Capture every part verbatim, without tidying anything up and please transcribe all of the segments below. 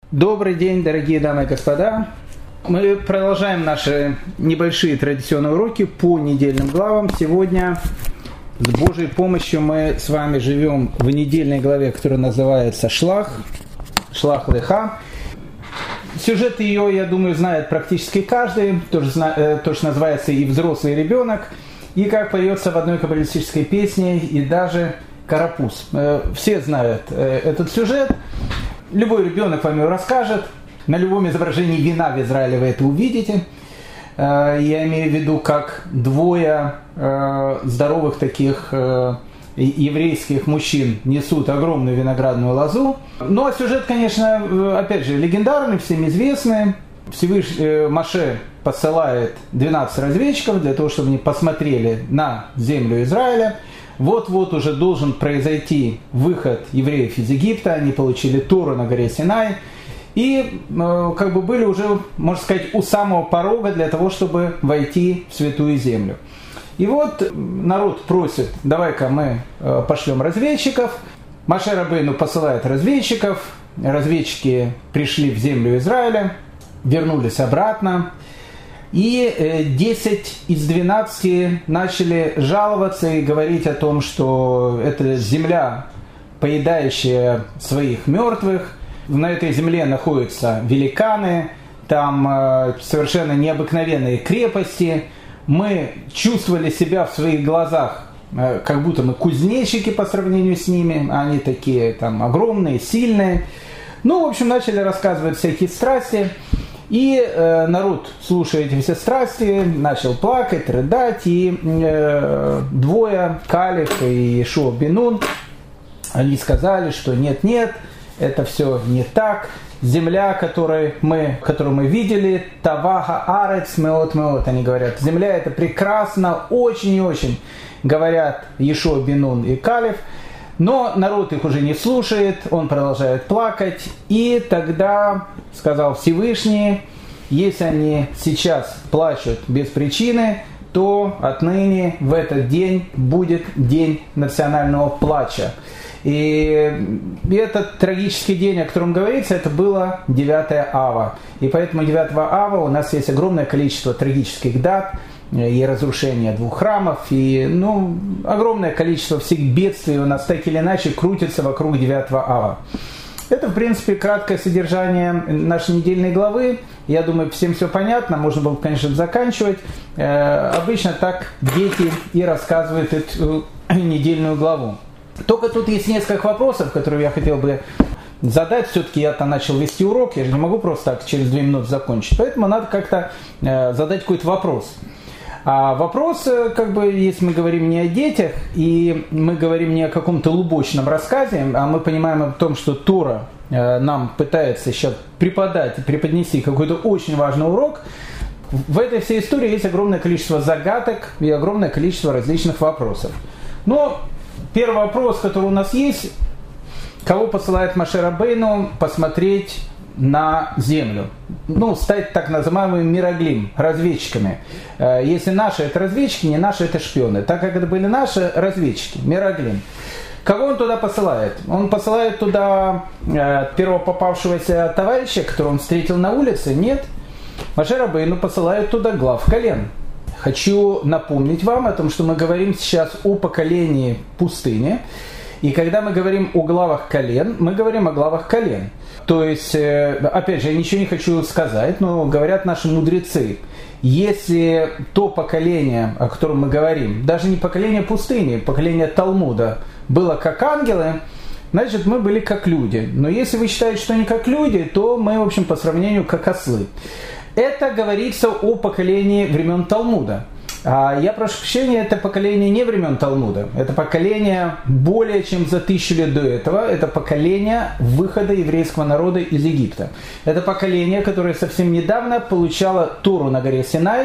Добрый день, дорогие дамы и господа. Мы продолжаем наши небольшие традиционные уроки по недельным главам. Сегодня с Божьей помощью мы с вами живем в недельной главе, которая называется Шлах, Шлах Леха. Сюжет ее, я думаю, знает практически каждый, тоже, тоже называется и взрослый, и ребенок, и как поется в одной каббалистической песне, и даже Карапуз. Все знают этот сюжет. Любой ребенок вам его расскажет. На любом изображении вина в Израиле вы это увидите. Я имею в виду, как двое здоровых таких еврейских мужчин несут огромную виноградную лозу. Ну а сюжет, конечно, опять же, легендарный, всем известный. Всевышний Моше посылает двенадцать разведчиков для того, чтобы они посмотрели на землю Израиля. Вот-вот уже должен произойти выход евреев из Египта, они получили Тору на горе Синай и э, как бы были уже, можно сказать, у самого порога для того, чтобы войти в Святую Землю. И вот народ просит, давай-ка мы э, пошлем разведчиков. Моше Рабейну посылает разведчиков, разведчики пришли в землю Израиля, вернулись обратно. И десять из двенадцати начали жаловаться и говорить о том, что это земля, поедающая своих мертвых. На этой земле находятся великаны, там совершенно необыкновенные крепости. Мы чувствовали себя в своих глазах, как будто мы кузнечики по сравнению с ними. Они такие там огромные, сильные. Ну, в общем, начали рассказывать всякие страсти. И э, народ, слушая эти все страсти, начал плакать, рыдать, и э, двое, Калев и Йешуа бен Нун, они сказали, что нет-нет, это все не так. Земля, которую мы, которую мы видели, Таваха Арец Меот Меот, они говорят, земля это прекрасно, очень и очень, говорят Йешуа бен Нун и Калев. Но народ их уже не слушает, он продолжает плакать. И тогда сказал Всевышний, если они сейчас плачут без причины, то отныне в этот день будет день национального плача. И этот трагический день, о котором говорится, это было девятое ава. И поэтому девятого ава у нас есть огромное количество трагических дат, и разрушение двух храмов, и ну, огромное количество всех бедствий у нас так или иначе крутится вокруг девятого ава. Это, в принципе, краткое содержание нашей недельной главы. Я думаю, всем все понятно, можно было, конечно, заканчивать. Э, обычно так дети и рассказывают эту недельную главу. Только тут есть несколько вопросов, которые я хотел бы задать. Все-таки я-то начал вести урок, я же не могу просто так через две минуты закончить. Поэтому надо как-то э, задать какой-то вопрос. А вопрос, как бы, если мы говорим не о детях, и мы говорим не о каком-то лубочном рассказе, а мы понимаем о том, что Тора нам пытается сейчас преподать и преподнести какой-то очень важный урок, в этой всей истории есть огромное количество загадок и огромное количество различных вопросов. Но первый вопрос, который у нас есть, кого посылает Моше Рабейну посмотреть на землю, ну, стать так называемыми мироглим, разведчиками. Если наши это разведчики, не наши это шпионы. Так как это были наши разведчики, мироглим. Кого он туда посылает? Он посылает туда первого попавшегося товарища, которого он встретил на улице? Нет. Моше Рабейну посылает туда глав колен. Хочу напомнить вам о том, что мы говорим сейчас о поколении пустыни. И когда мы говорим о главах колен, мы говорим о главах колен. То есть, опять же, я ничего не хочу сказать, но говорят наши мудрецы, если то поколение, о котором мы говорим, даже не поколение пустыни, поколение Талмуда, было как ангелы, значит, мы были как люди. Но если вы считаете, что не как люди, то мы, в общем, по сравнению как ослы. Это говорится о поколении времен Талмуда. Я прошу прощения, это поколение не времен Талмуда, это поколение более чем за тысячу лет до этого, это поколение выхода еврейского народа из Египта. Это поколение, которое совсем недавно получало Тору на горе Синай,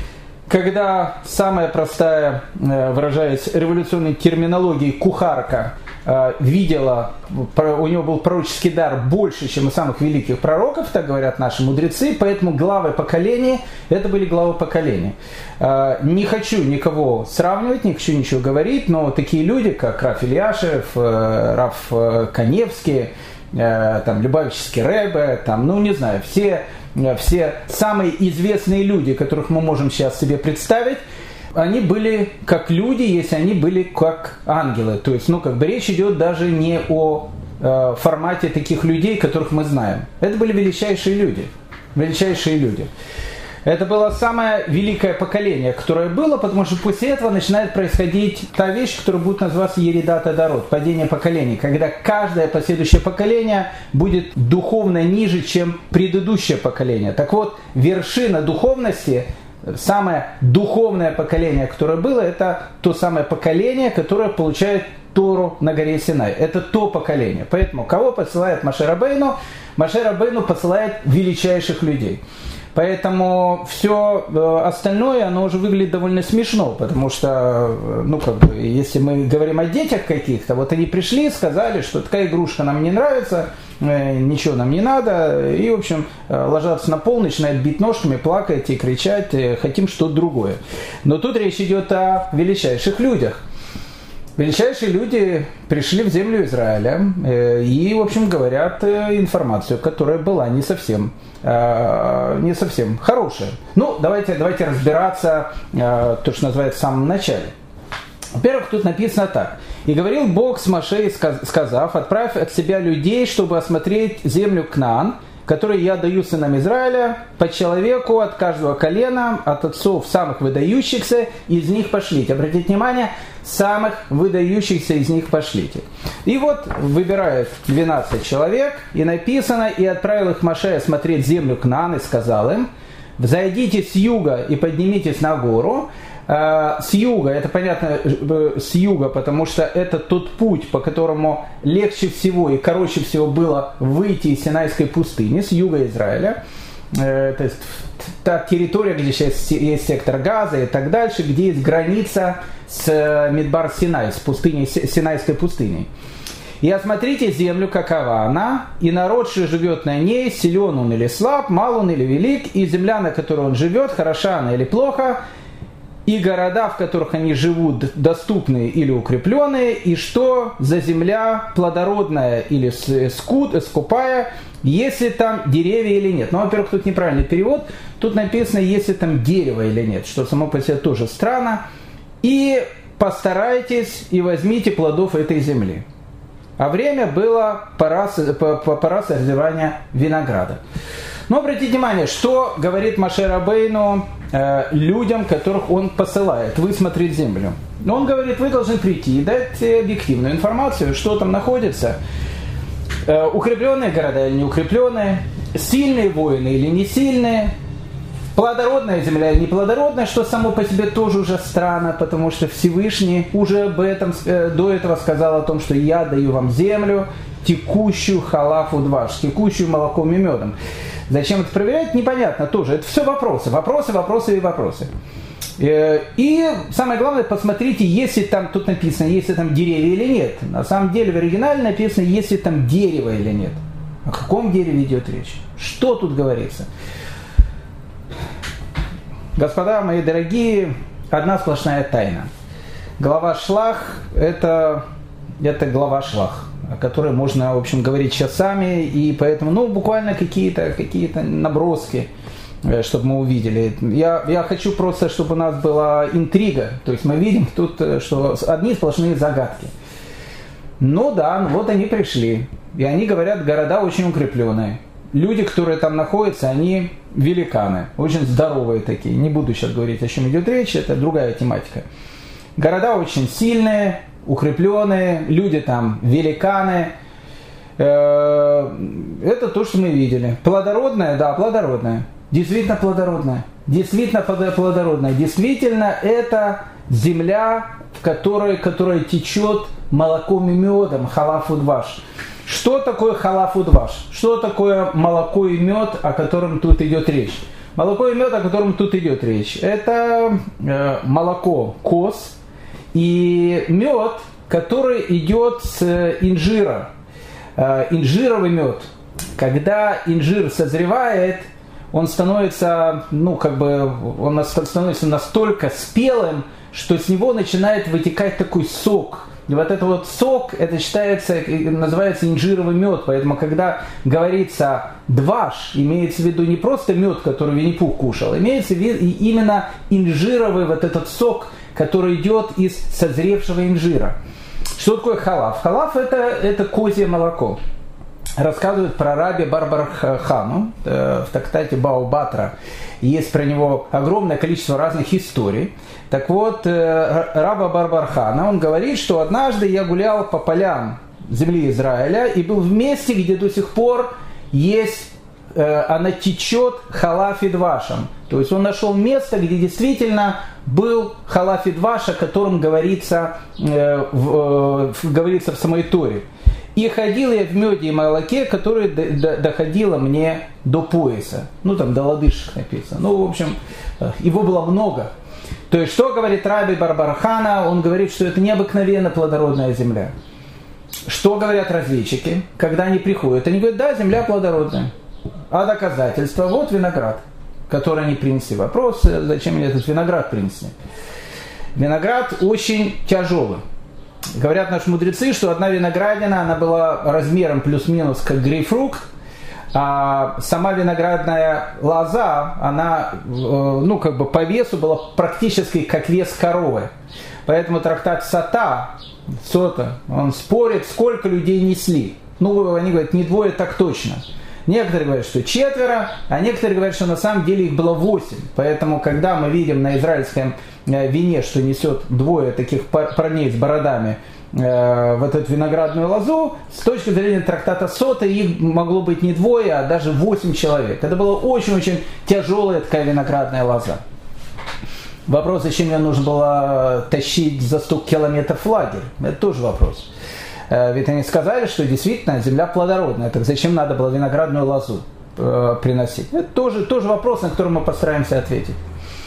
когда самая простая, выражаясь революционной терминологией, кухарка видела, у него был пророческий дар больше, чем у самых великих пророков, так говорят наши мудрецы, поэтому главы поколения, это были главы поколения. Не хочу никого сравнивать, не хочу ничего говорить, но такие люди, как Раф Ильяшев, Раф Каневский, э, там, Любавический Ребе, там, ну, не знаю, все, все самые известные люди, которых мы можем сейчас себе представить, они были как люди, если они были как ангелы. То есть, ну, как бы речь идет даже не о э, формате таких людей, которых мы знаем. Это были величайшие люди. Величайшие люди. Это было самое великое поколение, которое было, потому что после этого начинает происходить та вещь, которая будет называться Еридат Адорот, падение поколений, когда каждое последующее поколение будет духовно ниже, чем предыдущее поколение. Так вот, вершина духовности, самое духовное поколение, которое было, это то самое поколение, которое получает Тору на горе Синай. Это то поколение. Поэтому кого посылает Моше Рабейну? Моше Рабейну посылает величайших людей. Поэтому все остальное, оно уже выглядит довольно смешно, потому что, ну, как бы, если мы говорим о детях каких-то, вот они пришли, сказали, что такая игрушка нам не нравится, ничего нам не надо, и, в общем, ложатся на пол, начинают бить ножками, плакать и кричать, хотим что-то другое. Но тут речь идет о величайших людях. Величайшие люди пришли в землю Израиля и, в общем, говорят информацию, которая была не совсем, не совсем хорошая. Ну, давайте, давайте разбираться, то, что называется, в самом начале. Во-первых, тут написано так. «И говорил Бог с Моше, сказав, отправь от себя людей, чтобы осмотреть землю Кнаан, которые я даю сынам Израиля, по человеку от каждого колена, от отцов самых выдающихся, из них пошлите». Обратите внимание, самых выдающихся из них пошлите. И вот выбирают двенадцать человек, и написано, и отправил их Моше осмотреть землю Кнаан, и сказал им, взойдите с юга и поднимитесь на гору. С юга, это понятно, с юга, потому что это тот путь, по которому легче всего и короче всего было выйти из Синайской пустыни, с юга Израиля. То есть та территория, где сейчас есть сектор Газа и так дальше, где есть граница с Мидбар Синай, с пустыней, Синайской пустыней. «И осмотрите землю, какова она, и народ, что живет на ней, силен он или слаб, мал он или велик, и земля, на которой он живет, хороша она или плохо, и города, в которых они живут, доступные или укрепленные, и что за земля плодородная или скуд, скупая, если там деревья или нет». Ну, во-первых, тут неправильный перевод. Тут написано, если там дерево или нет, что само по себе тоже странно. «И постарайтесь и возьмите плодов этой земли». А время было пора, пора созревания винограда. Но обратите внимание, что говорит Моше Рабейну э, людям, которых он посылает высмотреть землю. Он говорит, вы должны прийти и дать объективную информацию, что там находится. Э, укрепленные города или неукрепленные, сильные воины или не сильные, плодородная земля или неплодородная, что само по себе тоже уже странно, потому что Всевышний уже об этом э, до этого сказал о том, что я даю вам землю, текущую халафу дваш, текущую молоком и медом. Зачем это проверять, непонятно тоже. Это все вопросы, вопросы, вопросы и вопросы. И самое главное, посмотрите, если там, тут написано, если там деревья или нет. На самом деле в оригинале написано, если там дерево или нет. О каком дереве идет речь? Что тут говорится? Господа мои дорогие, одна сплошная тайна. Глава Шлах – это, это глава Шлах, о которой можно, в общем, говорить часами, и поэтому, ну, буквально какие-то, какие-то наброски, чтобы мы увидели. Я, я хочу просто, чтобы у нас была интрига, то есть мы видим тут, что одни сплошные загадки. Ну да, ну вот они пришли, и они говорят, города очень укрепленные. Люди, которые там находятся, они великаны, очень здоровые такие. Не буду сейчас говорить, о чем идет речь, это другая тематика. Города очень сильные, укрепленные, люди там великаны. Это то, что мы видели. Плодородная, да, плодородная. Действительно плодородная. Действительно плодородная. Действительно, это земля, в которой, которая течет молоком и медом, халаф удваш. Что такое халаф удваш? Что такое молоко и мед, о котором тут идет речь? Молоко и мед, о котором тут идет речь, это э, молоко коз и мед, который идет с инжира. Э, инжировый мед. Когда инжир созревает, он становится, ну, как бы, он становится настолько спелым, что с него начинает вытекать такой сок, И вот это вот сок, это считается, называется инжировый мед. Поэтому, когда говорится дваш, имеется в виду не просто мед, который Винни-Пух кушал, имеется в виду именно инжировый вот этот сок, который идет из созревшего инжира. Что такое халаф? Халаф это, это козье молоко. Рассказывают про раби Барбархану в трактате Бао Батра. Есть про него огромное количество разных историй. Так вот, раба Барбархана, он говорит, что однажды я гулял по полям земли Израиля и был в месте, где до сих пор есть, она течет халаф и двашем. То есть он нашел место, где действительно был халаф и дваш, о котором говорится, в, говорится в самой Торе. И ходил я в меде и молоке, которое доходило мне до пояса. Ну, там, до лодыжек написано. Ну, в общем, его было много. То есть, что говорит раби Барбархана? Он говорит, что это необыкновенно плодородная земля. Что говорят разведчики, когда они приходят? Они говорят, да, земля плодородная. А доказательства? Вот виноград, который они принесли. Вопрос, зачем мне этот виноград принесли? Виноград очень тяжелый. Говорят наши мудрецы, что одна виноградина, она была размером плюс-минус как грейпфрукт, а сама виноградная лоза, она, ну, как бы по весу была практически как вес коровы. Поэтому трактат Сота, Сота, он спорит, сколько людей несли. Ну, они говорят, не двое, так точно. Некоторые говорят, что четверо, а некоторые говорят, что на самом деле их было восемь. Поэтому, когда мы видим на израильском вине, что несет двое таких парней с бородами э, вот эту виноградную лозу, с точки зрения трактата Сота их могло быть не двое, а даже восемь человек. Это была очень-очень тяжелая такая виноградная лоза. Вопрос, зачем мне нужно было тащить за сто километров в лагерь? Это тоже вопрос. Ведь они сказали, что действительно земля плодородная. Так зачем надо было виноградную лозу э, приносить? Это тоже, тоже вопрос, на который мы постараемся ответить.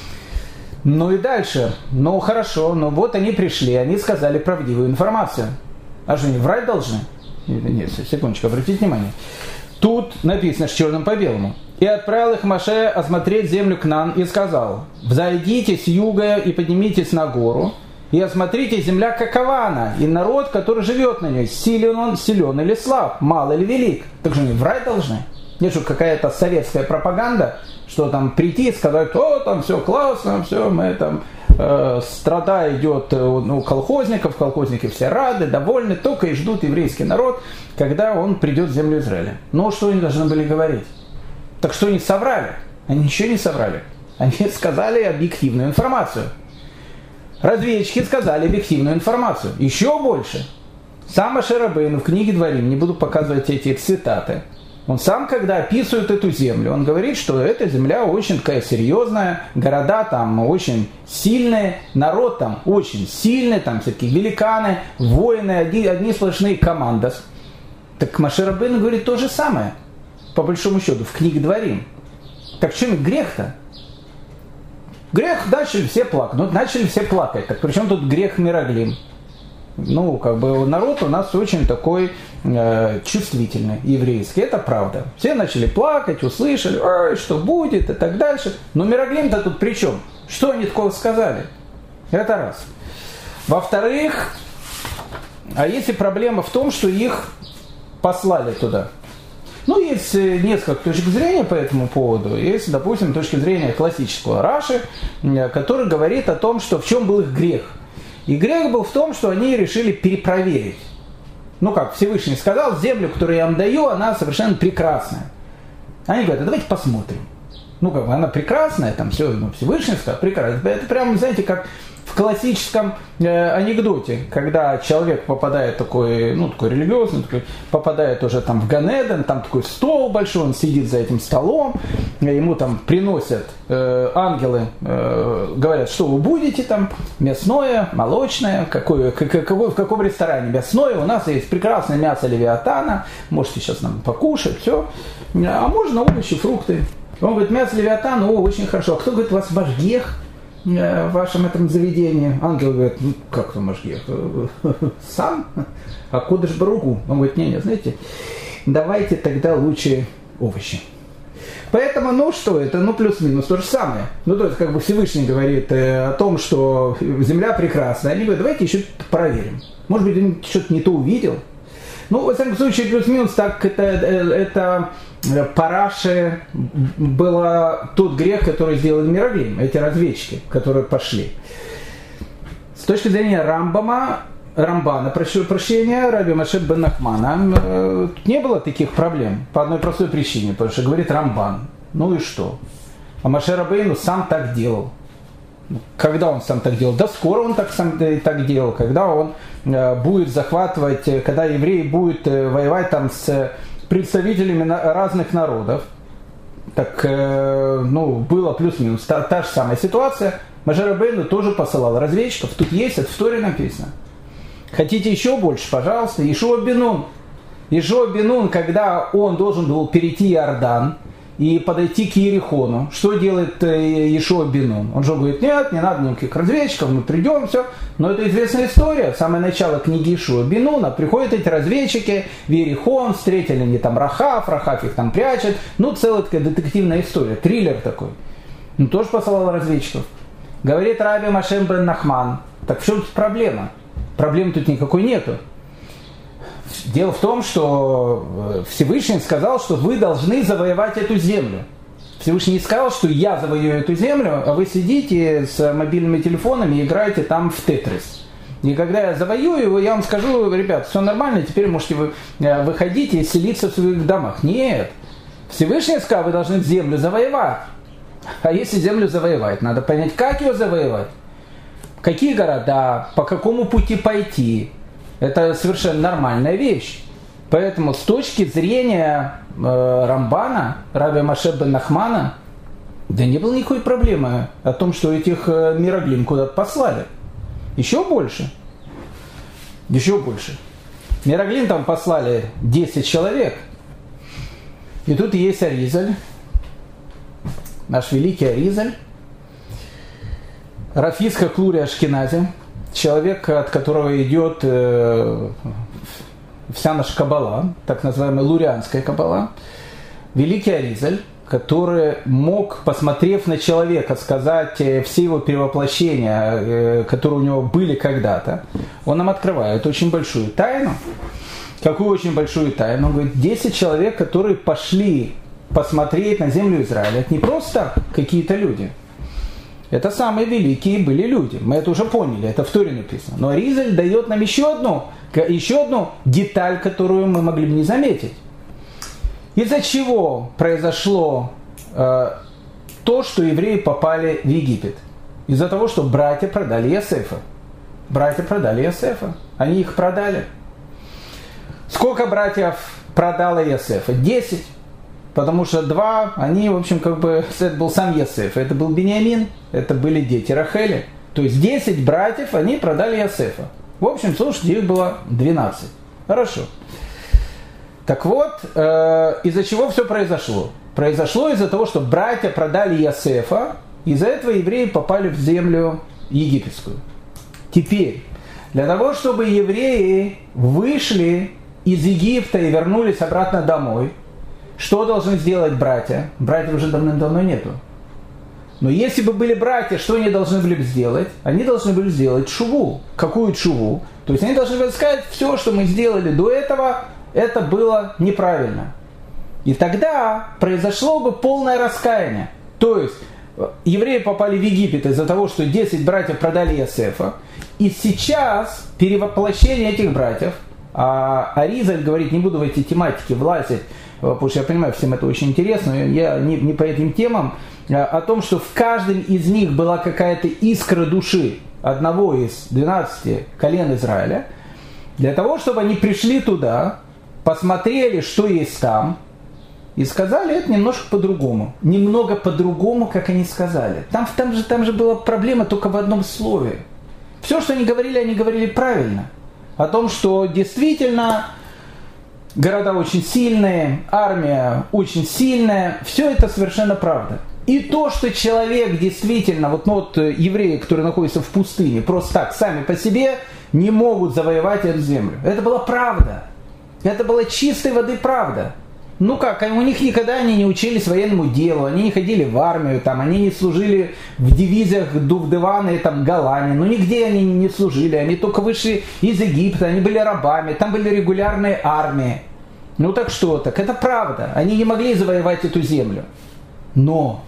Ну и дальше. Ну хорошо, ну вот они пришли, они сказали правдивую информацию. А что, они врать должны? Нет, секундочку, обратите внимание. Тут написано с черным по белому. «И отправил их Моше осмотреть землю Кнаан и сказал, взойдите с юга и поднимитесь на гору, и осмотрите, земля какова она, и народ, который живет на ней, силен он, силен или слаб, мал или велик». Так же они врать должны? Нет, что какая-то советская пропаганда, что там прийти и сказать, о, там все классно, все, мы там, э, страда идет у колхозников, колхозники все рады, довольны, только и ждут еврейский народ, когда он придет в землю Израиля. Ну, что они должны были говорить? Так что они соврали? Они ничего не соврали. Они сказали объективную информацию. Разведчики сказали объективную информацию. Еще больше. Сам Моше Рабейну в книге Дворим, не буду показывать эти цитаты, он сам, когда описывает эту землю, он говорит, что эта земля очень такая серьезная, города там очень сильные, народ там очень сильный, там всякие великаны, воины, одни, одни сплошные команды. Так Моше Рабейну говорит то же самое, по большому счету, в книге Дворим. Так в чем грех-то? Грех, начали все плакать. Ну, начали все плакать. Так при чем тут грех Мираглим? Ну, как бы народ у нас очень такой э, чувствительный, еврейский. Это правда. Все начали плакать, услышали, ой, что будет и так дальше. Но Мираглим-то тут при чем? Что они такого сказали? Это раз. Во-вторых, а если проблема в том, что их послали туда? Ну, есть несколько точек зрения по этому поводу. Есть, допустим, точка зрения классического Раши, который говорит о том, что в чем был их грех. И грех был в том, что они решили перепроверить. Ну, как Всевышний сказал, землю, которую я вам даю, она совершенно прекрасная. Они говорят, а давайте посмотрим. Ну, как бы она прекрасная, там все, ну, Всевышний сказал, прекрасно. Это прямо, знаете, как в классическом э, анекдоте, когда человек попадает такой, ну, такой религиозный, такой, попадает уже там в Ганеден, там такой стол большой, он сидит за этим столом, ему там приносят э, ангелы, э, говорят, что вы будете там, мясное, молочное, какое, какое, в каком ресторане мясное, у нас есть прекрасное мясо левиатана, можете сейчас нам покушать, все, а можно овощи, фрукты. Он говорит, мясо левиатана, о, очень хорошо. А кто говорит, у вас машгех в вашем этом заведении? Ангел говорит, ну как то машгех? Сам? А кодыш баругу? Он говорит, не, не, знаете, давайте тогда лучше овощи. Поэтому, ну что это, ну плюс-минус то же самое. Ну то есть как бы Всевышний говорит э, о том, что земля прекрасна. Они говорят, давайте еще проверим. Может быть, он что-то не то увидел. Ну, во всяком случае, плюс-минус так это, это параше был тот грех, который сделал Мироглим, эти разведчики, которые пошли. С точки зрения Рамбама, Рамбана, прошу прощения, Раби Моше бен Нахмана, тут не было таких проблем по одной простой причине, потому что говорит Рамбан, ну и что? А Моше Рабейну сам так делал. Когда он сам так делал? Да скоро он так сам так делал, когда он будет захватывать, когда евреи будут воевать там с представителями разных народов. Так, ну, было плюс-минус та, та же самая ситуация. Моше Рабейну тоже посылал разведчиков. Тут есть, это в Торе написано. Хотите еще больше? Пожалуйста. Йешуа бен Нун. Йешуа бен Нун, когда он должен был перейти Иордан и подойти к Иерихону, что делает Йешуа бен Нун? Он же говорит, нет, не надо никаких разведчиков, мы придем, все. Но это известная история. Самое начало книги Йешуа бен Нуна. Приходят эти разведчики в Иерихон, встретили они там Рахав, Рахав их там прячет. Ну, целая такая детективная история, триллер такой. Ну, тоже посылал разведчиков. Говорит Раби Моше бен Нахман, так в чем тут проблема? Проблем тут никакой нету. Дело в том, что Всевышний сказал, что вы должны завоевать эту землю. Всевышний не сказал, что я завоюю эту землю, а вы сидите с мобильными телефонами и играете там в Тетрис. И когда я завоюю его, я вам скажу, ребят, все нормально, теперь можете вы выходить и селиться в своих домах. Нет. Всевышний сказал, вы должны землю завоевать. А если землю завоевать, надо понять, как ее завоевать. Какие города, по какому пути пойти. Это совершенно нормальная вещь. Поэтому с точки зрения э, Рамбана, Раби Моше бен Нахмана, да не было никакой проблемы о том, что этих э, Мироглим куда-то послали. Еще больше. Еще больше. Мироглим там послали десять человек. И тут есть Аризаль, наш великий Аризаль, Раф Ицхак Лури Ашкенази, человек, от которого идет э, вся наша каббала, так называемая лурианская каббала, великий Аризаль, который мог, посмотрев на человека, сказать все его перевоплощения, э, которые у него были когда-то, он нам открывает очень большую тайну. Какую очень большую тайну? Он говорит, десять человек, которые пошли посмотреть на землю Израиля, это не просто какие-то люди. Это самые великие были люди. Мы это уже поняли, это в Торе написано. Но Аризаль дает нам еще одну, еще одну деталь, которую мы могли бы не заметить. Из-за чего произошло э, то, что евреи попали в Египет? Из-за того, что братья продали Йосефа. Братья продали Йосефа. Они их продали. Сколько братьев продало Йосефа? Десять. Потому что два, они, в общем, как бы, это был сам Йосеф, это был Биньямин, это были дети Рахели. То есть десять братьев, они продали Йосефа. В общем, слушайте, их было двенадцать. Хорошо. Так вот, э, из-за чего все произошло? Произошло из-за того, что братья продали Йосефа, из-за этого евреи попали в землю египетскую. Теперь, для того, чтобы евреи вышли из Египта и вернулись обратно домой, что должны сделать братья? Братьев уже давным-давно нету. Но если бы были братья, что они должны были бы сделать? Они должны были сделать шуву. Какую шуву? То есть они должны были сказать, все, что мы сделали до этого, это было неправильно. И тогда произошло бы полное раскаяние. То есть евреи попали в Египет из-за того, что десять братьев продали Йосефа. И сейчас перевоплощение этих братьев, а Аризаль говорит, не буду в эти тематики влазить, потому что я понимаю, всем это очень интересно, я не, не по этим темам, о том, что в каждом из них была какая-то искра души одного из двенадцати колен Израиля, для того, чтобы они пришли туда, посмотрели, что есть там, и сказали это немножко по-другому. Немного по-другому, как они сказали. Там, там, же, там же была проблема только в одном слове. Все, что они говорили, они говорили правильно. О том, что действительно города очень сильные, армия очень сильная, все это совершенно правда. И то, что человек действительно, вот, ну, вот евреи, которые находятся в пустыне, просто так, сами по себе не могут завоевать эту землю. Это была правда. Это была чистой воды правда. Ну как, у них никогда они не учились военному делу, они не ходили в армию, там, они не служили в дивизиях Дувдевана и там, Голлани, ну нигде они не служили, они только вышли из Египта, они были рабами, там были регулярные армии. Ну так что, так это правда, они не могли завоевать эту землю. Но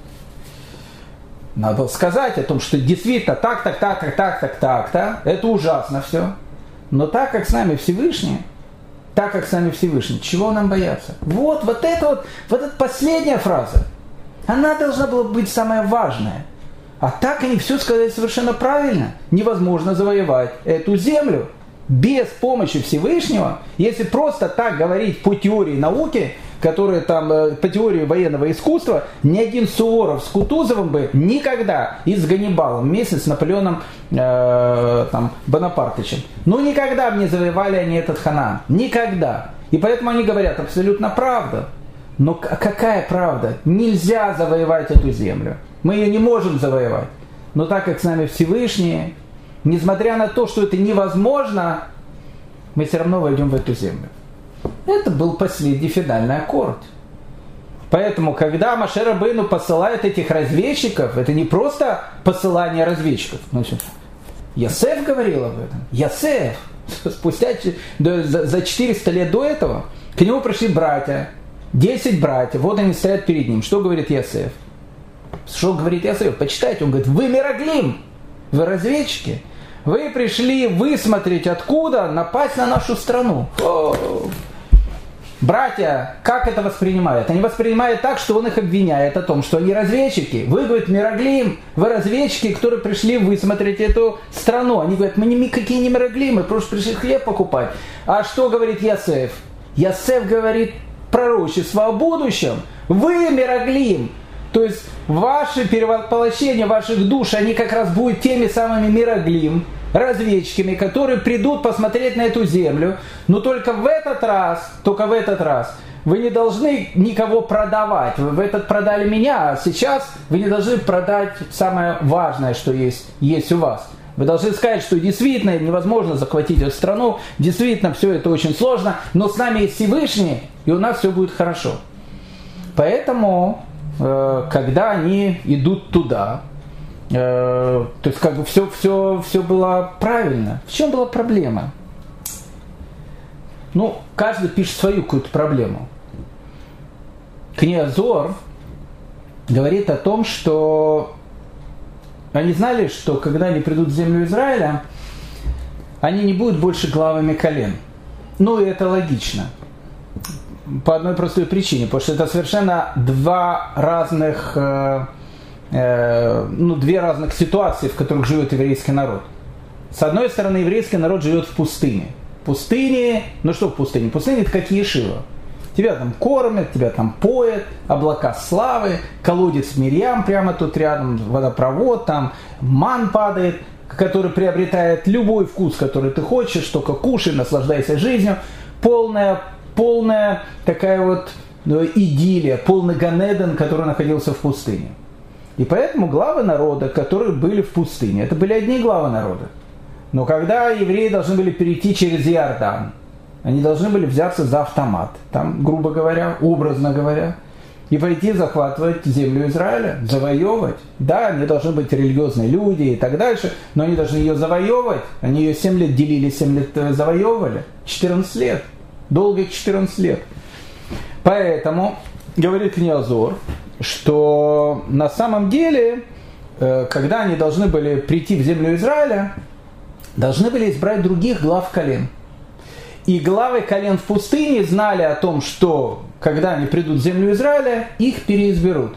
надо сказать о том, что действительно так, так, так, так, так, так, так, так, это ужасно все. Но так как с нами Всевышний, так как с нами Всевышний, чего нам бояться? Вот, вот это вот, вот эта последняя фраза, она должна была быть самая важная. А так они все сказали совершенно правильно. Невозможно завоевать эту землю без помощи Всевышнего. Если просто так говорить по теории науки, которые там, по теории военного искусства, ни один Суворов с Кутузовым бы никогда, и с Ганнибалом вместе с Наполеоном э, там, Бонапартовичем, ну никогда бы не завоевали они этот Ханаан. Никогда. И поэтому они говорят абсолютно правду. Но какая правда? Нельзя завоевать эту землю. Мы ее не можем завоевать. Но так как с нами Всевышний, несмотря на то, что это невозможно, мы все равно войдем в эту землю. Это был последний финальный аккорд. Поэтому, когда Моше Рабейну посылает этих разведчиков, это не просто посылание разведчиков. Значит, Йосеф говорил об этом. Йосеф. Спустя за четыреста лет до этого к нему пришли братья. десять братьев. Вот они стоят перед ним. Что говорит Йосеф? Что говорит Йосеф? Почитайте. Он говорит, вы Мираглим. Вы разведчики. Вы пришли высмотреть, откуда напасть на нашу страну. О-о-о. Братья, как это воспринимают? Они воспринимают так, что он их обвиняет о том, что они разведчики. Вы, говорит, Мираглим, вы разведчики, которые пришли высмотреть эту страну. Они говорят, мы никакие не Мираглим, мы просто пришли хлеб покупать. А что говорит Йосеф? Йосеф говорит пророчество о будущем. Вы Мираглим. То есть ваши перевоплощения ваших душ, они как раз будут теми самыми Мираглим, разведчиками, которые придут посмотреть на эту землю. Но только в этот раз, только в этот раз вы не должны никого продавать. Вы в этот продали меня, а сейчас вы не должны продать самое важное, что есть, есть у вас. Вы должны сказать, что действительно невозможно захватить эту страну, действительно все это очень сложно, но с нами есть Всевышний, и у нас все будет хорошо. Поэтому, э, когда они идут туда, то есть как бы все, все, все было правильно. В чем была проблема? Ну, каждый пишет свою какую-то проблему. Книга Зоар говорит о том, что они знали, что когда они придут в землю Израиля, они не будут больше главами колен. Ну и это логично. По одной простой причине. Потому что это совершенно два разных... ну, две разных ситуации, в которых живет еврейский народ. С одной стороны, еврейский народ живет в пустыне. В пустыне, ну что в пустыне? В пустыне это как Ешива. Тебя там кормят, тебя там поят, облака славы, колодец Мирьям прямо тут рядом, водопровод, там ман падает, который приобретает любой вкус, который ты хочешь, только кушай, наслаждайся жизнью. Полная, полная такая вот ну, идиллия, полный Ганеден, который находился в пустыне. И поэтому главы народа, которые были в пустыне, это были одни главы народа. Но когда евреи должны были перейти через Иордан, они должны были взяться за автомат, там, грубо говоря, образно говоря, и пойти захватывать землю Израиля, завоевывать. Да, они должны быть религиозные люди и так дальше, но они должны ее завоевывать. Они ее семь лет делили, семь лет завоевывали. четырнадцать лет. Долгих четырнадцать лет. Поэтому, говорит книга Зоар, что на самом деле, когда они должны были прийти в землю Израиля, должны были избрать других глав колен. И главы колен в пустыне знали о том, что когда они придут в землю Израиля, их переизберут.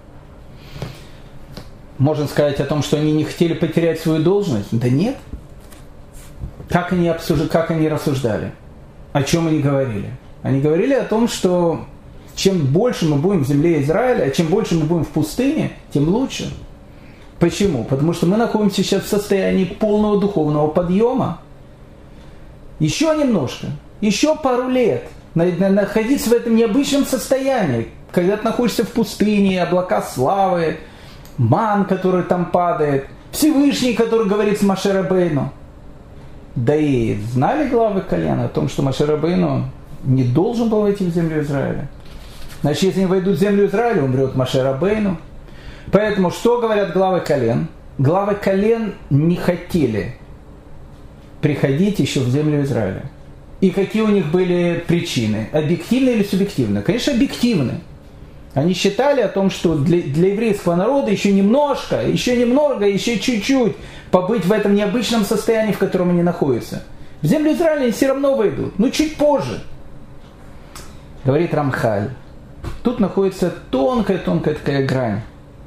Можно сказать о том, что они не хотели потерять свою должность? Да нет. Как они, обсуж... как они рассуждали? О чем они говорили? Они говорили о том, что чем больше мы будем в земле Израиля, а чем больше мы будем в пустыне, тем лучше. Почему? Потому что мы находимся сейчас в состоянии полного духовного подъема. Еще немножко, еще пару лет находиться в этом необычном состоянии, когда ты находишься в пустыне, облака славы, ман, который там падает, Всевышний, который говорит с Моше Рабейну. Да и знали главы колена о том, что Моше Рабейну не должен был войти в землю Израиля. Значит, если не войдут в землю Израиля, умрет Моше Рабейну. Поэтому что говорят главы колен? Главы колен не хотели приходить еще в землю Израиля. И какие у них были причины? Объективные или субъективные? Конечно, объективные. Они считали о том, что для, для еврейского народа еще немножко, еще немного, еще чуть-чуть побыть в этом необычном состоянии, в котором они находятся. В землю Израиля они все равно войдут, но чуть позже. Говорит Рамхаль. Тут находится тонкая-тонкая такая грань.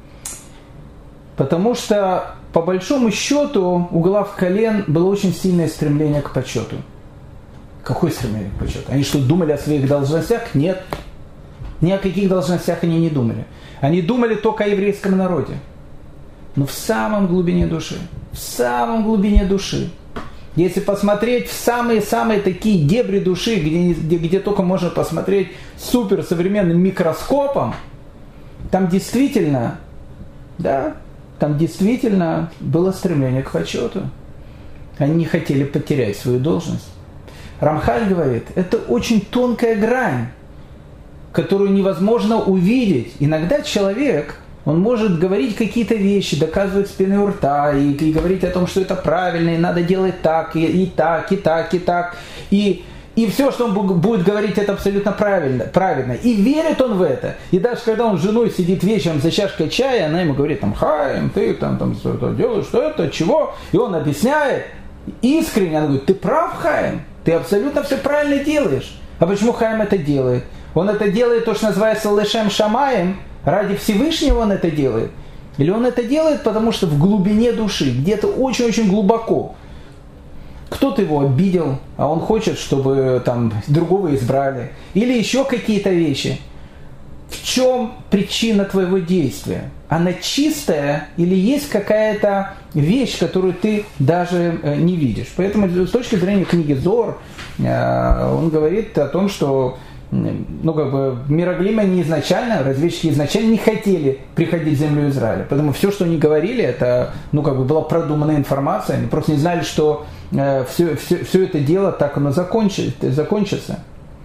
Потому что, по большому счету, у глав колен было очень сильное стремление к почету. Какое стремление к почету? Они что, думали о своих должностях? Нет. Ни о каких должностях они не думали. Они думали только о еврейском народе. Но в самом глубине души, в самом глубине души, если посмотреть в самые-самые такие дебри души, где, где, где только можно посмотреть суперсовременным микроскопом, там действительно, да, там действительно было стремление к почету. Они не хотели потерять свою должность. Рамхаль говорит, это очень тонкая грань, которую невозможно увидеть. Иногда человек, он может говорить какие-то вещи, доказывать с пеной у рта, и, и говорить о том, что это правильно, и надо делать так, и, и так, и так, и так. И, и все, что он будет говорить, это абсолютно правильно, правильно. И верит он в это. И даже когда он с женой сидит вечером за чашкой чая, она ему говорит, там, Хаим, ты там, там что-то делаешь, что это, чего? И он объясняет искренне, она говорит, ты прав, Хаим, ты абсолютно все правильно делаешь. А почему Хаим это делает? Он это делает, то, что называется лешем шамаем, ради Всевышнего он это делает. Или он это делает, потому что в глубине души, где-то очень-очень глубоко, кто-то его обидел, а он хочет, чтобы там другого избрали. Или еще какие-то вещи. В чем причина твоего действия? Она чистая или есть какая-то вещь, которую ты даже не видишь? Поэтому с точки зрения книги Зор, он говорит о том, что ну, как бы, Мироглим они изначально, разведчики изначально не хотели приходить в землю Израиля. Поэтому все, что они говорили, это, ну, как бы, была продуманная информация. Они просто не знали, что э, все, все, все это дело так оно закончится, закончится.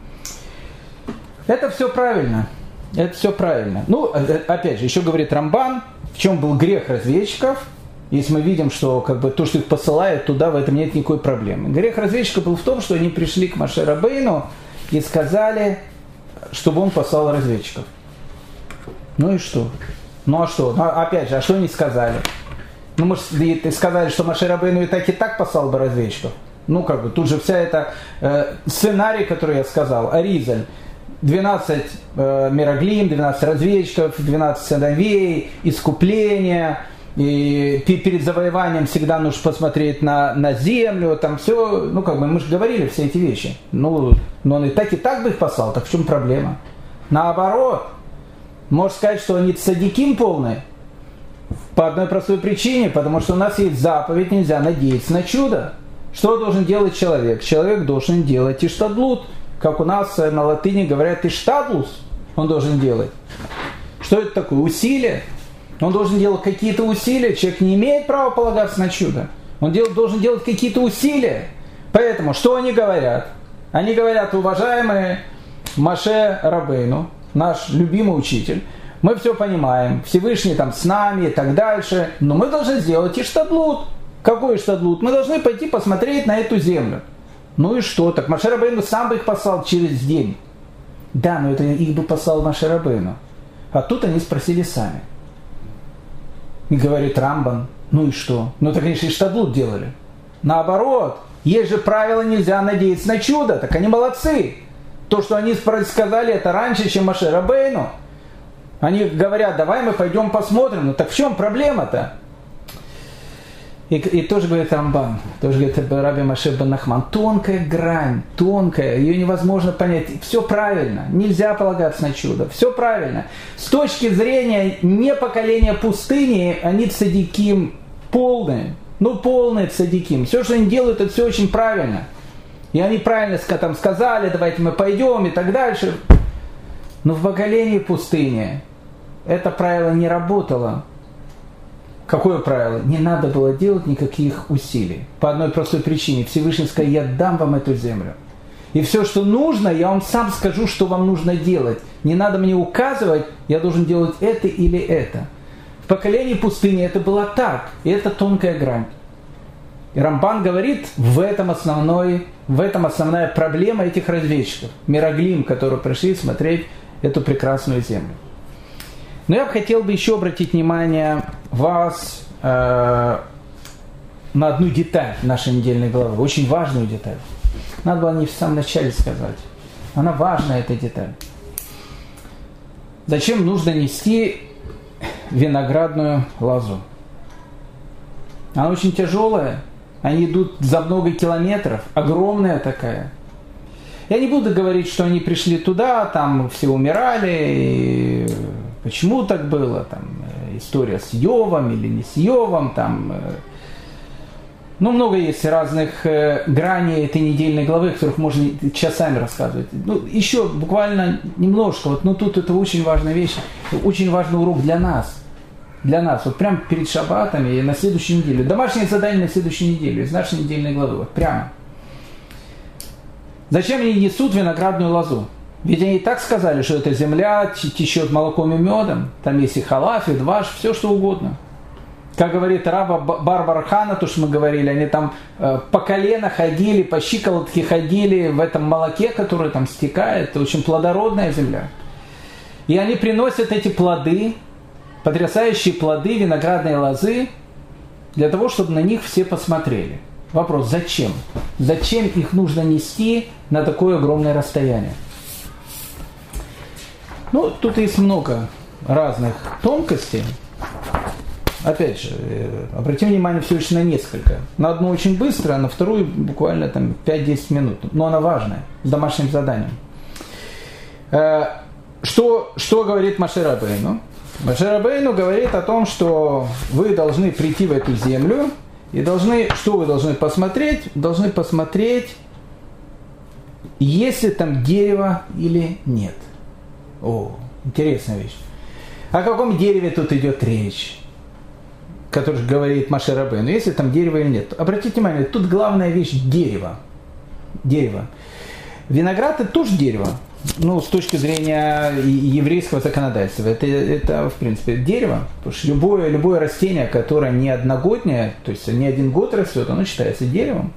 Это все правильно. Это все правильно. Ну, опять же, еще говорит Рамбан, в чем был грех разведчиков. Если мы видим, что как бы, то, что их посылают туда, в этом нет никакой проблемы. Грех разведчиков был в том, что они пришли к Моше Рабейну и сказали, чтобы он послал разведчиков. Ну и что? Ну а что? Ну, опять же, а что они сказали? Ну, может, сказали, что Моше Рабейну и так и так послал бы разведчиков. Ну, как бы, тут же вся эта э, сценарий, который я сказал, Аризаль, двенадцать э, Мироглим, двенадцать разведчиков, двенадцать сыновей, искупление, и перед завоеванием всегда нужно посмотреть на, на землю, там все, ну как бы мы же говорили все эти вещи. Ну, но он и так и так бы их послал, так в чем проблема? Наоборот, можно сказать, что они цадиким полные. По одной простой причине, потому что у нас есть заповедь, нельзя надеяться на чудо. Что должен делать человек? Человек должен делать иштадлут. Как у нас на латыни говорят иштадлус, он должен делать. Что это такое? Усилие. Он должен делать какие-то усилия. Человек не имеет права полагаться на чудо. Он дел, должен делать какие-то усилия. Поэтому, что они говорят? Они говорят, уважаемый Моше Рабейну, наш любимый учитель, мы все понимаем, Всевышний там с нами и так дальше, но мы должны сделать иштадлут. Какой иштадлут? Мы должны пойти посмотреть на эту землю. Ну и что? Так Моше Рабейну сам бы их послал через день. Да, но это их бы послал Моше Рабейну. А тут они спросили сами. И говорит Рамбан, ну и что? Ну так они же иштадлут делали. Наоборот, есть же правило, нельзя надеяться на чудо. Так они молодцы. То, что они сказали, это раньше, чем Моше Рабейну. Они говорят, давай мы пойдем посмотрим. Ну так в чем проблема-то? И, и тоже говорит Рамбан, тоже говорит Раби Моше бен Нахман, тонкая грань, тонкая, ее невозможно понять. Все правильно, нельзя полагаться на чудо, все правильно. С точки зрения не поколения пустыни, они цадиким полные, ну полные цадиким. Все, что они делают, это все очень правильно. И они правильно там сказали, давайте мы пойдем и так дальше. Но в поколении пустыни это правило не работало. Какое правило? Не надо было делать никаких усилий. По одной простой причине. Всевышний сказал, я дам вам эту землю. И все, что нужно, я вам сам скажу, что вам нужно делать. Не надо мне указывать, я должен делать это или это. В поколении пустыни это было так, и это тонкая грань. И Рамбан говорит, в этом, основной, в этом основная проблема этих разведчиков, мироглим, которые пришли смотреть эту прекрасную землю. Но я бы хотел бы еще обратить внимание вас э, на одну деталь нашей недельной главы, очень важную деталь. Надо было не в самом начале сказать. Она важная, эта деталь. Зачем нужно нести виноградную лозу? Она очень тяжелая. Они идут за много километров. Огромная такая. Я не буду говорить, что они пришли туда, там все умирали. И почему так было? Там история с Йовом или не с Йовом. Там... Ну, много есть разных э, граней этой недельной главы, о которых можно часами рассказывать. Ну, еще буквально немножко. Вот, но тут это очень важная вещь, очень важный урок для нас. Для нас. Вот прямо перед шаббатом и на следующей неделе. Домашнее задание на следующей неделе, из нашей недельной главы. Вот прямо. Зачем они несут виноградную лозу? Ведь они и так сказали, что эта земля течет молоком и медом. Там есть и халаф, и дваш, все что угодно. Как говорит раба Барбара Хана, то, что мы говорили, они там э, по колено ходили, по щиколотке ходили в этом молоке, которое там стекает. Это очень плодородная земля. И они приносят эти плоды, потрясающие плоды виноградной лозы, для того, чтобы на них все посмотрели. Вопрос, зачем? Зачем их нужно нести на такое огромное расстояние? Ну, тут есть много разных тонкостей. Опять же, обратим внимание всего лишь на несколько. На одну очень быстро, а на вторую буквально там пять-десять минут. Но она важная, с домашним заданием. Что, что говорит Моше Рабейну? Моше Рабейну говорит о том, что вы должны прийти в эту землю и должны, что вы должны посмотреть? Должны посмотреть, есть ли там дерево или нет. О, интересная вещь. О каком дереве тут идет речь? Который говорит Моше Рабейну, если там дерево или нет. Обратите внимание, тут главная вещь – дерево. Дерево. Виноград – это тоже дерево. Ну, с точки зрения еврейского законодательства. Это, это в принципе, дерево. Потому что любое, любое растение, которое не одногоднее, то есть не один год растет, оно считается деревом.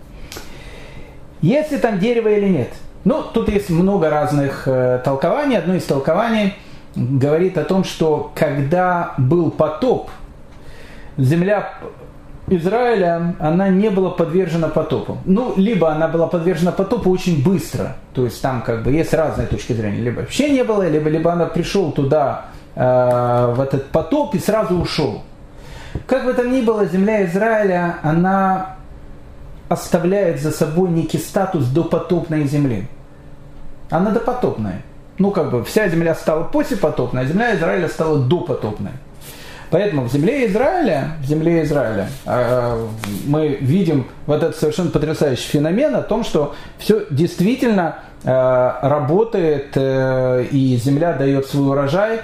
Если там дерево или нет. Ну, тут есть много разных э, толкований. Одно из толкований говорит о том, что когда был потоп, земля Израиля, она не была подвержена потопу. Ну, либо она была подвержена потопу очень быстро. То есть там как бы есть разные точки зрения. Либо вообще не было, либо, либо она пришел туда, э, в этот потоп и сразу ушел. Как бы там ни было, земля Израиля, она оставляет за собой некий статус допотопной земли. Она допотопная. Ну, как бы вся земля стала послепотопной, а земля Израиля стала допотопной. Поэтому в земле Израиля, в земле Израиля э, мы видим вот этот совершенно потрясающий феномен о том, что все действительно э, работает э, и земля дает свой урожай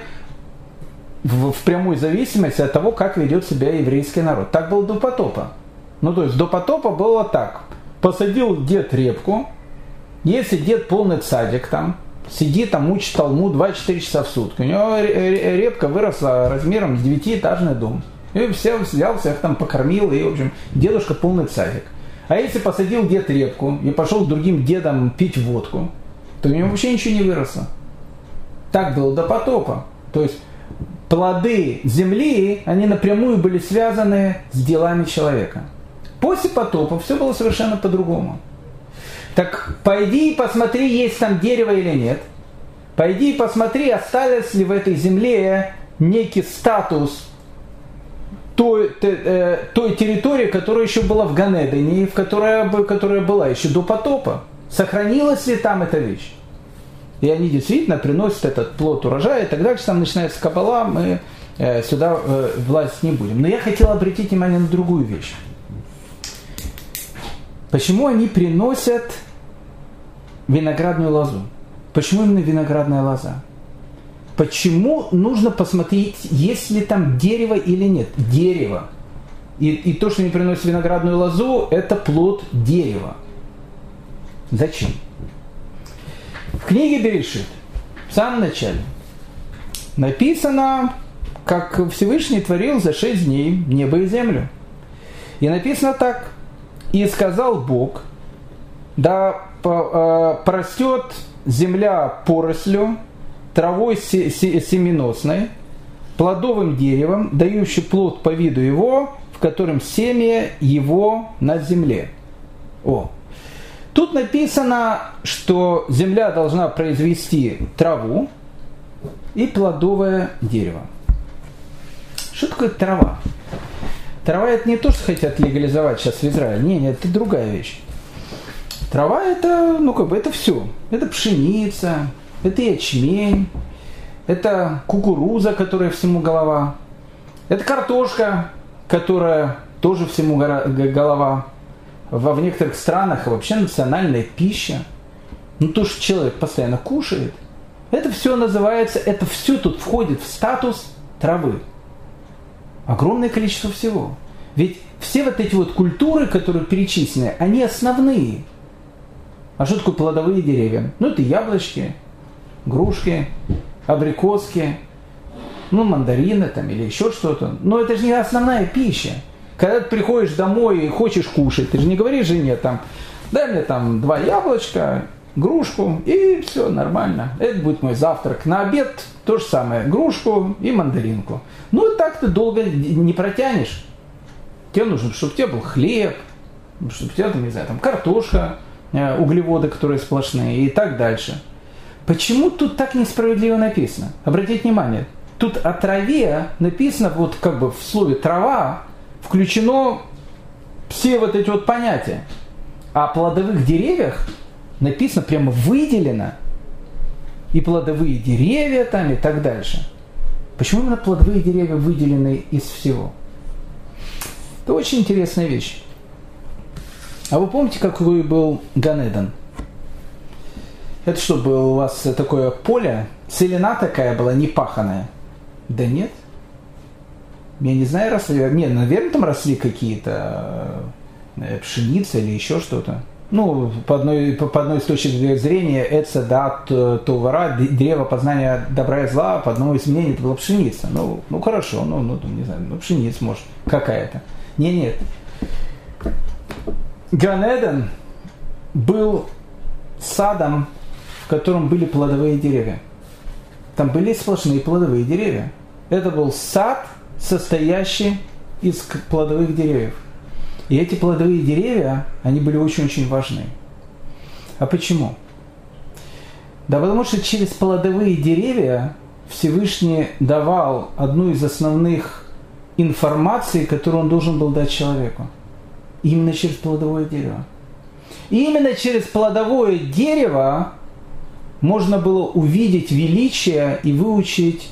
в, в прямой зависимости от того, как ведет себя еврейский народ. Так было до потопа. Ну, то есть до потопа было так. Посадил дед репку, если дед полный цадик там, сидит там, учит Талмуд двадцать четыре часа в сутки. У него репка выросла размером с девятиэтажный дом. И все взял, всех там покормил, и, в общем, дедушка полный цадик. А если посадил дед репку и пошел к другим дедам пить водку, то у него вообще ничего не выросло. Так было до потопа. То есть плоды земли, они напрямую были связаны с делами человека. После потопа все было совершенно по-другому. Так пойди и посмотри, есть там дерево или нет. Пойди и посмотри, осталось ли в этой земле некий статус той, той, той территории, которая еще была в Ганедене, в которой, которая была еще до потопа. Сохранилась ли там эта вещь? И они действительно приносят этот плод урожая, и так дальше. Там начинается каббала, мы сюда влазить не будем. Но я хотел обратить внимание на другую вещь. Почему они приносят виноградную лозу? Почему именно виноградная лоза? Почему нужно посмотреть, есть ли там дерево или нет? Дерево. И, и то, что они приносят виноградную лозу, это плод дерева. Зачем? В книге Берешит В самом начале написано, как Всевышний творил за шесть дней небо и землю. И написано так. «И сказал Бог, да порастет земля порослью, травой семеносной, плодовым деревом, дающий плод по виду его, в котором семя его на земле». О. Тут написано, что земля должна произвести траву и плодовое дерево. Что такое трава? Трава это не то, что хотят легализовать сейчас в Израиле. Не, нет, это другая вещь. Трава это, ну как бы, это все. Это пшеница, это ячмень, это кукуруза, которая всему голова. Это картошка, которая тоже всему голова. Во в некоторых странах вообще национальная пища. Ну то, что человек постоянно кушает, это все называется, это все тут входит в статус травы. Огромное количество всего. Ведь все вот эти вот культуры, которые перечислены, они основные. А что такое плодовые деревья? Ну это яблочки, грушки, абрикоски, ну мандарины там или еще что-то. Но это же не основная пища. Когда ты приходишь домой и хочешь кушать, ты же не говоришь жене там, дай мне там два яблочка, грушку, и все нормально. Это будет мой завтрак. На обед то же самое, грушку и мандаринку. Ну и так ты долго не протянешь. Тебе нужно, чтобы у тебя был хлеб, чтобы у тебя там, не знаю, там картошка, углеводы, которые сплошные и так дальше. Почему тут так несправедливо написано? Обратите внимание, тут о траве написано, вот как бы в слове трава, включено все вот эти вот понятия. А о плодовых деревьях написано, прямо выделено. И плодовые деревья там и так дальше. Почему именно плодовые деревья выделены из всего? Это очень интересная вещь. А вы помните, какой был Ганеден? Это что, было у вас такое поле? Целина такая была, непаханая? Да нет. Я не знаю, росли. Нет, наверное, там росли какие-то пшеницы или еще что-то. Ну, по одной, по одной из точек зрения, это дат товара, древо познания добра и зла, по одному из мнений это была пшеница. Ну, ну хорошо, ну, ну не знаю, ну, пшеница, может, какая-то. Не, нет. Ганеден был садом, в котором были плодовые деревья. Там были сплошные плодовые деревья. Это был сад, состоящий из плодовых деревьев. И эти плодовые деревья, они были очень-очень важны. А почему? Да потому что через плодовые деревья Всевышний давал одну из основных информаций, которую он должен был дать человеку. Именно через плодовое дерево. И именно через плодовое дерево можно было увидеть величие и выучить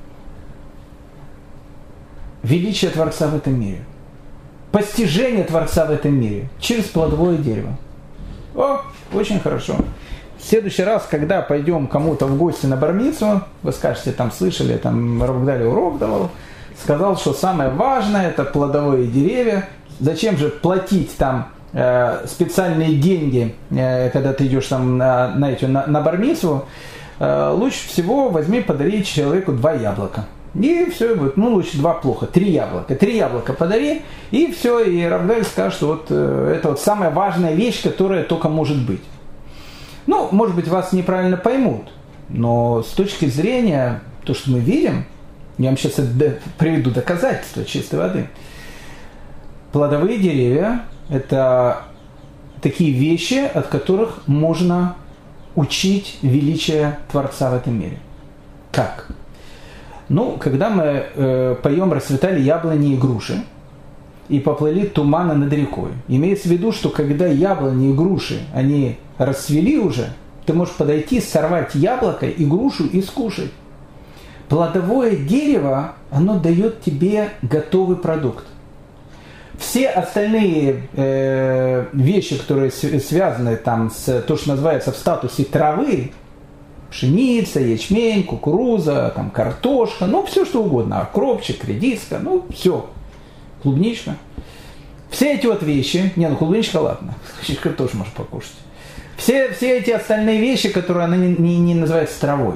величие Творца в этом мире. Постижение Творца в этом мире через плодовое дерево. О, очень хорошо. В следующий раз, когда пойдем кому-то в гости на бар-мицву, вы скажете, там слышали, там Рабгдали урок давал, сказал, что самое важное это плодовые деревья. Зачем же платить там э, специальные деньги, э, когда ты идешь там на, на, на, на бар-мицву? Э, лучше всего возьми, подари человеку два яблока. И все, будет, ну лучше два плохо, три яблока. Три яблока подари, и все, и Рабгдаль скажет, что вот э, это вот самая важная вещь, которая только может быть. Ну, может быть, вас неправильно поймут, но с точки зрения, то, что мы видим, я вам сейчас приведу доказательства чистой воды. Плодовые деревья – это такие вещи, от которых можно учить величие Творца в этом мире. Как? Ну, когда мы э, поем «Расцветали яблони и груши» и поплыли туманы над рекой, имеется в виду, что когда яблони и груши, они расцвели уже, ты можешь подойти, сорвать яблоко и грушу и скушать. Плодовое дерево, оно дает тебе готовый продукт. Все остальные э, вещи, которые связаны там с то, что называется в статусе травы, пшеница, ячмень, кукуруза, там, картошка, ну, все что угодно, окропчик, редиска, ну, все, клубничка. Все эти вот вещи, не, ну, клубничка, ладно, клубничка тоже можешь покушать. Все, все эти остальные вещи, которые она не, не, не называется травой,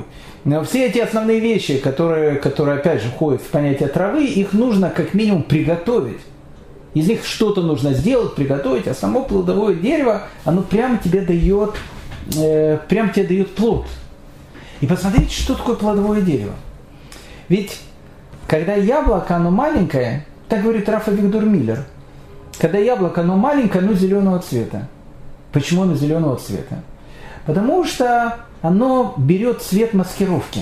Но все эти основные вещи, которые, которые опять же входят в понятие травы, их нужно как минимум приготовить. Из них что-то нужно сделать, приготовить, а само плодовое дерево, оно прямо тебе дает, э, прямо тебе дает плод. И посмотрите, что такое плодовое дерево. Ведь когда яблоко, оно маленькое, так говорит Раф Авигдор Миллер, когда яблоко, оно маленькое, оно зеленого цвета. Почему оно зеленого цвета? Потому что оно берет цвет маскировки.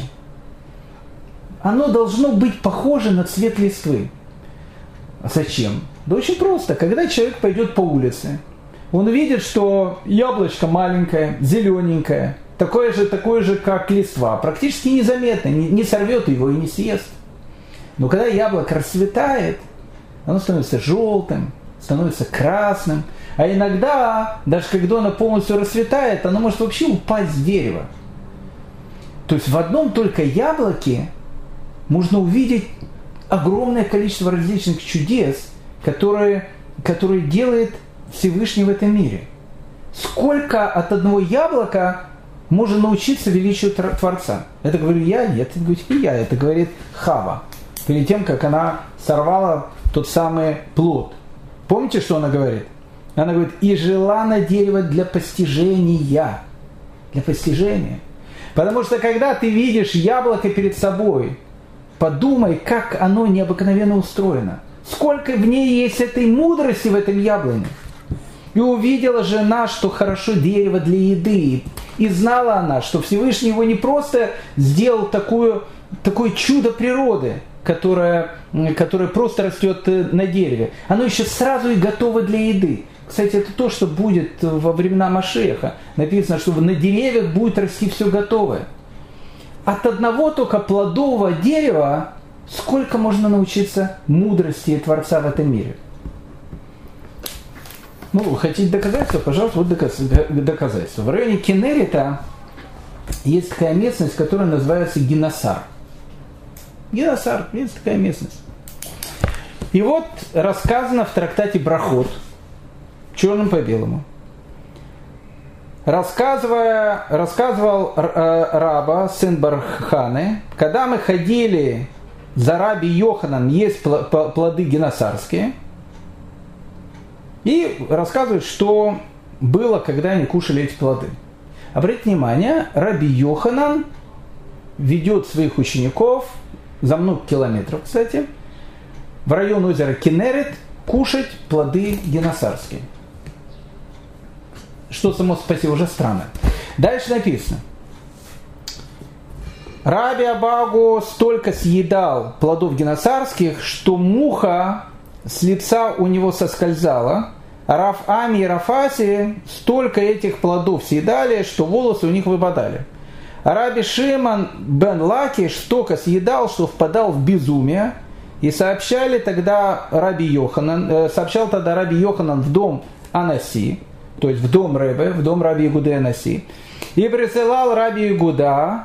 Оно должно быть похоже на цвет листвы. Зачем? Да очень просто. Когда человек пойдет по улице, он увидит, что яблочко маленькое, зелененькое, такое же, такое же, как листва, практически незаметно, не, не сорвет его и не съест. Но когда яблоко расцветает, оно становится желтым, становится красным, а иногда, даже когда оно полностью расцветает, оно может вообще упасть с дерева. То есть в одном только яблоке можно увидеть огромное количество различных чудес, которые, которые делает Всевышний в этом мире. Сколько от одного яблока можно научиться величию Творца? Это говорю я, нет, это говорит не я, это говорит Хава. Перед тем, как она сорвала тот самый плод. Помните, что она говорит? Она говорит, и желано дерево для постижения. Для постижения. Потому что когда ты видишь яблоко перед собой, подумай, как оно необыкновенно устроено. Сколько в ней есть этой мудрости в этом яблоне. И увидела жена, что хорошо дерево для еды. И знала она, что Всевышний его не просто сделал такую, такое чудо природы, которое, которое просто растет на дереве. Оно еще сразу и готово для еды. Кстати, это то, что будет во времена Машеха. Написано, что на деревьях будет расти все готовое. От одного только плодового дерева сколько можно научиться мудрости Творца в этом мире. Ну, хотите доказательства? Пожалуйста, вот доказательства. В районе Кенерита есть такая местность, которая называется Геносар. Геносар, есть такая местность. И вот рассказано в трактате Брахот, черным по белому. Рассказывая, рассказывал э, Раба, сын Барханы, когда мы ходили за Раби Йоханан есть плоды геносарские, и рассказывает, что было, когда они кушали эти плоды. Обратите внимание, Раби Йоханан ведет своих учеников за много километров, кстати, в район озера Кенерит кушать плоды геносарские. Что само по себе уже странно. Дальше написано. Раби Абагу столько съедал плодов геносарских, что муха с лица у него соскользала. А Рав Ами и Рафаси столько этих плодов съедали, что волосы у них выпадали. А Раби Шимон бен Лакиш столько съедал, что впадал в безумие. И сообщали тогда Раби Йоханан, э, сообщал тогда Раби Йоханан в дом Анаси, то есть в дом Ребе, в дом Раби Ягуды Анаси. И присылал Раби Ягуда,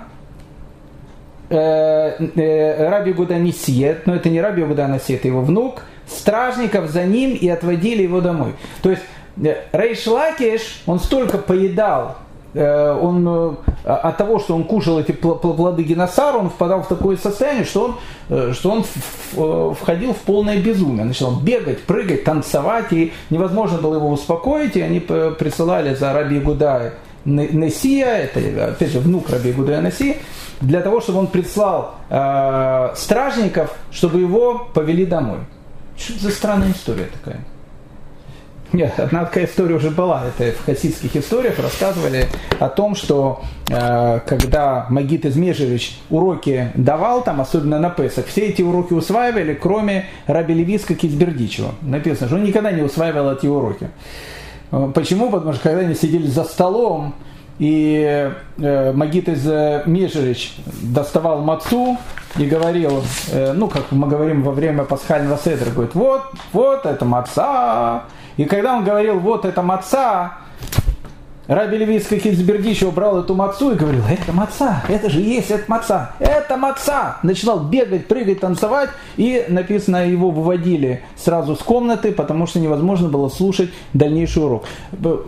э, э, Раби Ягуда Нисиет, но это не Раби Ягуда Анаси, это его внук, стражников за ним и отводили его домой. То есть э, Рейш Лакиш, он столько поедал, э, он, э, от того, что он кушал эти плоды геносара, он впадал в такое состояние, что он, э, что он в, в, входил в полное безумие. Начал бегать, прыгать, танцевать, и невозможно было его успокоить, и они присылали за Раби Ягуда Несия, это опять же внук Раби Ягуды Неси, для того, чтобы он прислал э, стражников, чтобы его повели домой. Что за странная история такая? Нет, одна такая история уже была. Это в хасидских историях рассказывали о том, что э, когда Магид Измежевич уроки давал, там, особенно на Песах, все эти уроки усваивали, кроме Раби Левиска Кизбердичева. Написано, что он никогда не усваивал эти уроки. Почему? Потому что когда они сидели за столом, и э, Магид Измежевич доставал мацу и говорил, э, ну, как мы говорим во время пасхального седра, говорит, вот, вот это маца. И когда он говорил, вот это маца, Раби Левицкий Кизбердичев брал эту мацу и говорил, это маца, это же есть, это маца, это маца. Начинал бегать, прыгать, танцевать, и написано, его выводили сразу с комнаты, потому что невозможно было слушать дальнейший урок.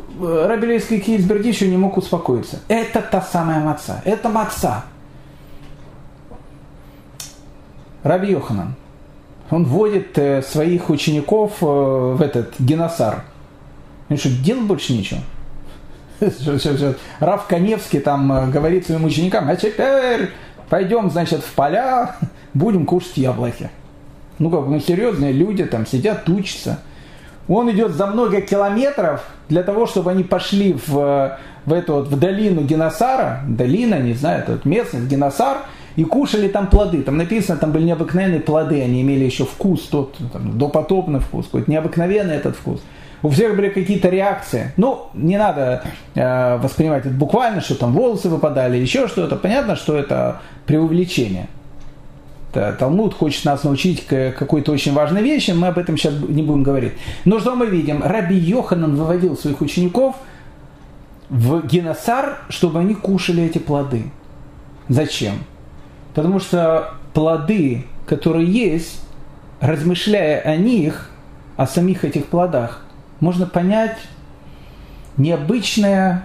Раби Левицкий Кизбердичев не мог успокоиться. Это та самая маца, это маца. Раби Йоханан, он вводит своих учеников в этот Генасар. Ну что, делать больше нечего. Рав Каневский там говорит своим ученикам: а теперь пойдем, значит, в поля, будем кушать яблоки. Ну как, ну серьезные люди там сидят, учатся. Он идет за много километров для того, чтобы они пошли в, в эту вот, в долину Генасара, долина, не знаю, это вот местность, Генасар, и кушали там плоды. Там написано, там были необыкновенные плоды, они имели еще вкус, тот там, допотопный вкус, какой-то необыкновенный этот вкус. У всех были какие-то реакции. Ну, не надо э, воспринимать это буквально, что там волосы выпадали, еще что-то. Понятно, что это преувеличение. Талмуд хочет нас научить какой-то очень важной вещи, мы об этом сейчас не будем говорить. Но что мы видим? Раби Йоханан выводил своих учеников в Генасар, чтобы они кушали эти плоды. Зачем? Потому что плоды, которые есть, размышляя о них, о самих этих плодах, можно понять необычное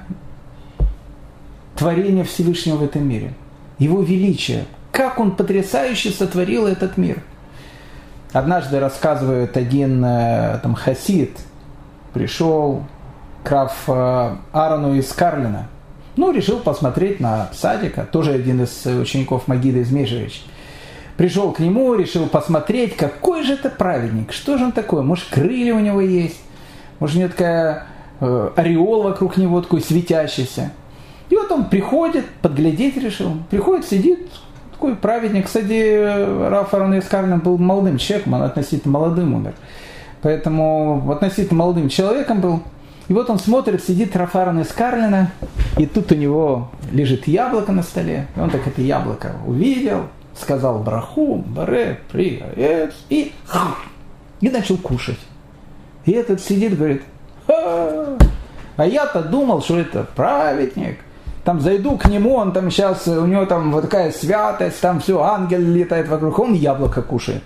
творение Всевышнего в этом мире. Его величие. Как он потрясающе сотворил этот мир. Однажды, рассказывает один там, хасид, пришел к рав Аарону из Карлина. Ну, решил посмотреть на садика, тоже один из учеников Магида из Межевич. Пришел к нему, решил посмотреть, какой же это праведник, что же он такой, может, крылья у него есть, может, у него такая э, ореол вокруг него такой светящийся. И вот он приходит, подглядеть решил, приходит, сидит, такой праведник. Кстати, рав Аарон из Карлина был молодым человеком, он относительно молодым умер. Поэтому относительно молодым человеком был. И вот он смотрит, сидит рав Аарон из Карлина, и тут у него лежит яблоко на столе. И он так это яблоко увидел, сказал браху, баре, привет, и, и начал кушать. И этот сидит, говорит: а, а я-то думал, что это праведник. Там зайду к нему, он там сейчас, у него там вот такая святость, там все, ангел летает вокруг, он яблоко кушает.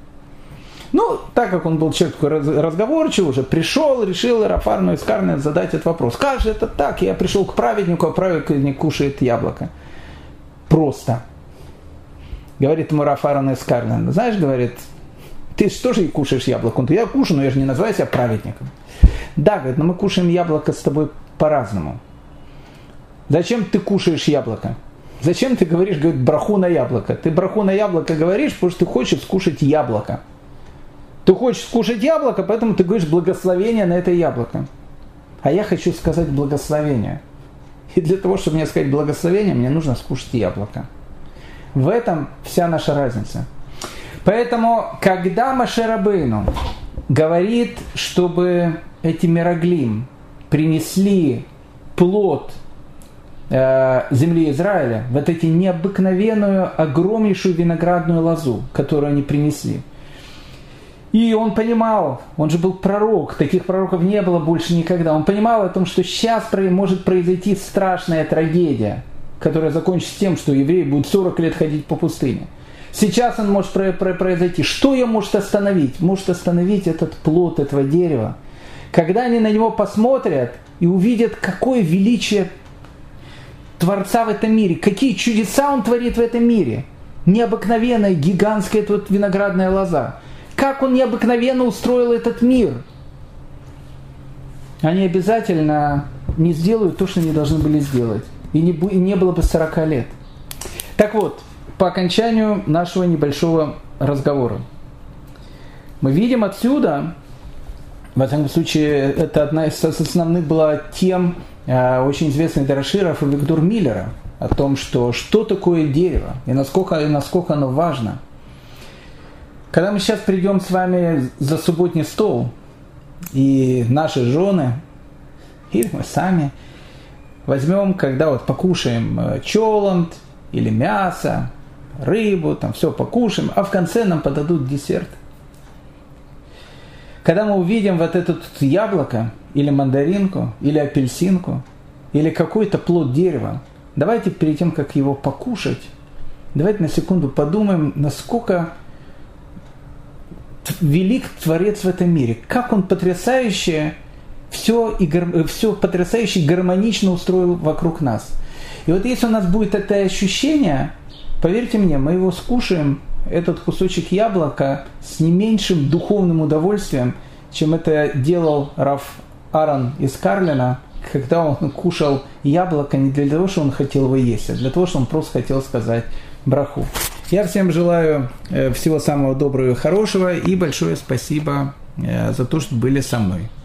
Ну, так как он был человек такой разговорчивый, уже пришел, решил рав Аарон из Карлина задать этот вопрос. Как же это так? Я пришел к праведнику, а праведник кушает яблоко. Просто. Говорит ему рав Аарон из Карлина: знаешь, говорит, ты же тоже и кушаешь яблоко. Он говорит: я кушаю, но я же не называю себя праведником. Да, говорит, но мы кушаем яблоко с тобой по-разному. Зачем ты кушаешь яблоко? Зачем ты говоришь, говорит, браху на яблоко? Ты браху на яблоко говоришь, потому что ты хочешь скушать яблоко. Ты хочешь скушать яблоко, поэтому ты говоришь благословение на это яблоко. А я хочу сказать благословение. И для того, чтобы мне сказать благословение, мне нужно скушать яблоко. В этом вся наша разница. Поэтому, когда Моше Рабейну говорит, чтобы эти мироглим принесли плод э, земли Израиля, вот эти необыкновенную, огромнейшую виноградную лозу, которую они принесли. И он понимал, он же был пророк, таких пророков не было больше никогда. Он понимал о том, что сейчас может произойти страшная трагедия, которая закончится тем, что евреи будут сорок лет ходить по пустыне. Сейчас он может произойти. Что ее может остановить? Может остановить этот плод этого дерева. Когда они на него посмотрят и увидят, какое величие Творца в этом мире, какие чудеса он творит в этом мире. Необыкновенная, гигантская эта вот виноградная лоза. Как он необыкновенно устроил этот мир. Они обязательно не сделают то, что они должны были сделать. И не, и не было бы сорока лет. Так вот, по окончанию нашего небольшого разговора. Мы видим отсюда, во всяком случае, это одна из основных была тем э, очень известных дроширов и Виктор Миллера, о том, что, что такое дерево и насколько, и насколько оно важно. Когда мы сейчас придем с вами за субботний стол, и наши жены, или мы сами, возьмем, когда вот покушаем чоланд или мясо, рыбу, там все покушаем, а в конце нам подадут десерт. Когда мы увидим вот это яблоко, или мандаринку, или апельсинку, или какой-то плод дерева, давайте перед тем, как его покушать, давайте на секунду подумаем, насколько велик Творец в этом мире, как он потрясающе все, и гар... все потрясающе гармонично устроил вокруг нас. И вот если у нас будет это ощущение, поверьте мне, мы его скушаем этот кусочек яблока с не меньшим духовным удовольствием, чем это делал рав Аарон из Карлина, когда он кушал яблоко не для того, что он хотел его есть, а для того, что он просто хотел сказать браху. Я всем желаю всего самого доброго и хорошего, и большое спасибо за то, что были со мной.